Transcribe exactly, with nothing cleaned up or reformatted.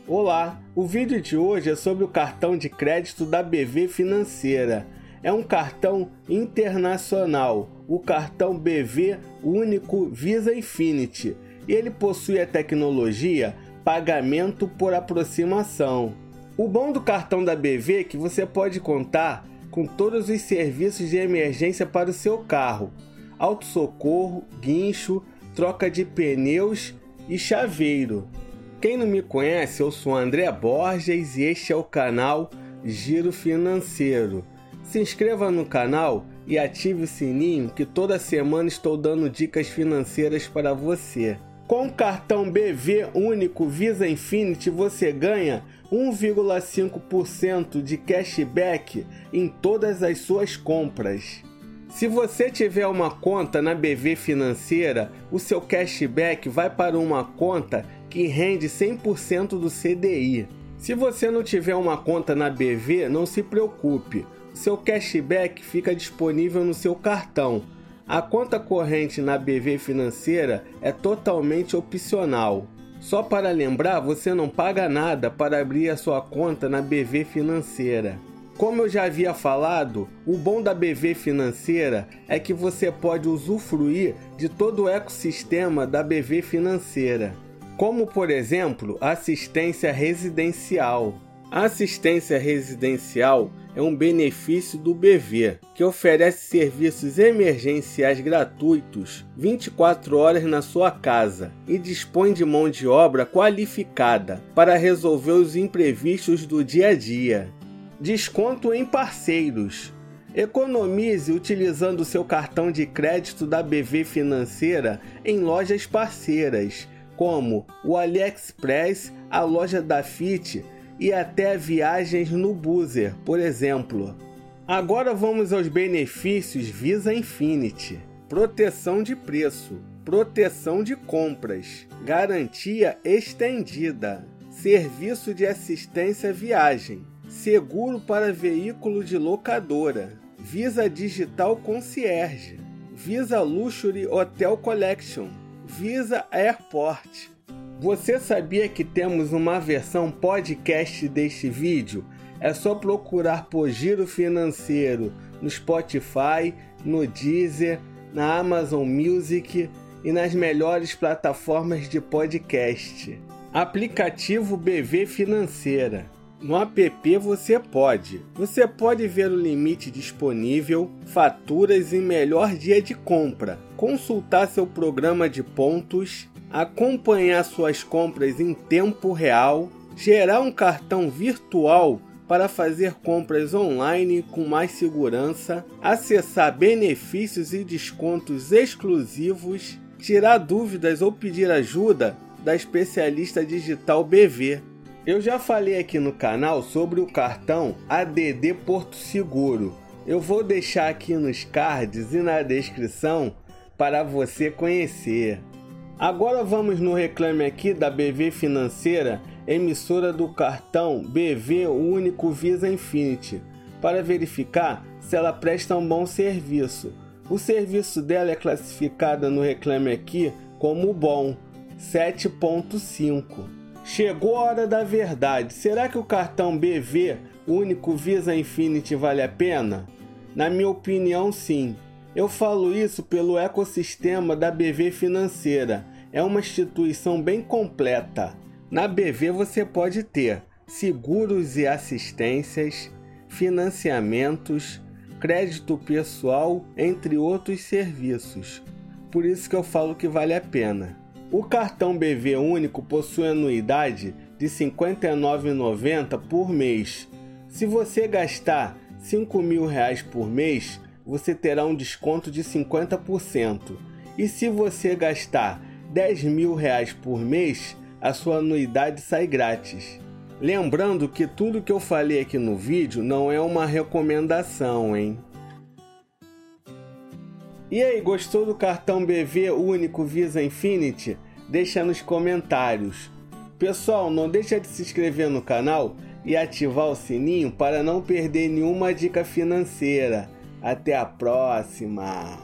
Olá, o vídeo de hoje é sobre o cartão de crédito da B V Financeira. É um cartão internacional, o cartão B V Único Visa Infinity, e ele possui a tecnologia pagamento por aproximação. O bom do cartão da B V é que você pode contar com todos os serviços de emergência para o seu carro: autossocorro, guincho, troca de pneus e chaveiro. Quem não me conhece, eu sou André Borges e este é o canal Giro Financeiro. Se inscreva no canal e ative o sininho que toda semana estou dando dicas financeiras para você. Com o cartão B V Único Visa Infinity você ganha um vírgula cinco por cento de cashback em todas as suas compras. Se você tiver uma conta na B V Financeira, o seu cashback vai para uma conta que rende cem por cento do C D I. Se você não tiver uma conta na B V, não se preocupe. O seu cashback fica disponível no seu cartão. A conta corrente na B V Financeira é totalmente opcional. Só para lembrar, você não paga nada para abrir a sua conta na B V Financeira. Como eu já havia falado, o bom da B V Financeira é que você pode usufruir de todo o ecossistema da B V Financeira, como, por exemplo, assistência residencial. A assistência residencial é um benefício do B V, que oferece serviços emergenciais gratuitos vinte e quatro horas na sua casa e dispõe de mão de obra qualificada para resolver os imprevistos do dia a dia. Desconto em parceiros. Economize utilizando o seu cartão de crédito da B V Financeira em lojas parceiras, como o AliExpress, a loja da Fit e até viagens no Boozer, por exemplo. Agora vamos aos benefícios Visa Infinity. Proteção de preço, proteção de compras, garantia estendida, serviço de assistência viagem, seguro para veículo de locadora, Visa Digital Concierge, Visa Luxury Hotel Collection, Visa Airport. Você sabia que temos uma versão podcast deste vídeo? É só procurar por Giro Financeiro no Spotify, no Deezer, na Amazon Music e nas melhores plataformas de podcast. Aplicativo B V Financeira. No app você pode. Você pode ver o limite disponível, faturas e melhor dia de compra, consultar seu programa de pontos, acompanhar suas compras em tempo real, gerar um cartão virtual para fazer compras online com mais segurança, acessar benefícios e descontos exclusivos, tirar dúvidas ou pedir ajuda da especialista digital B V. Eu já falei aqui no canal sobre o cartão A D D Porto Seguro. Eu vou deixar aqui nos cards e na descrição para você conhecer. Agora vamos no Reclame Aqui da B V Financeira, emissora do cartão B V Único Visa Infinity, para verificar se ela presta um bom serviço. O serviço dela é classificado no Reclame Aqui como bom, sete ponto cinco. Chegou a hora da verdade. Será que o cartão B V Único Visa Infinity vale a pena? Na minha opinião, sim. Eu falo isso pelo ecossistema da B V Financeira. É uma instituição bem completa. Na B V você pode ter seguros e assistências, financiamentos, crédito pessoal, entre outros serviços. Por isso que eu falo que vale a pena. O cartão B V Único possui anuidade de cinquenta e nove reais e noventa centavos por mês. Se você gastar cinco mil reais por mês, você terá um desconto de cinquenta por cento. E se você gastar dez mil reais por mês, a sua anuidade sai grátis. Lembrando que tudo que eu falei aqui no vídeo não é uma recomendação, hein? E aí, gostou do cartão B V Único Visa Infinity? Deixa nos comentários. Pessoal, não deixa de se inscrever no canal e ativar o sininho para não perder nenhuma dica financeira. Até a próxima!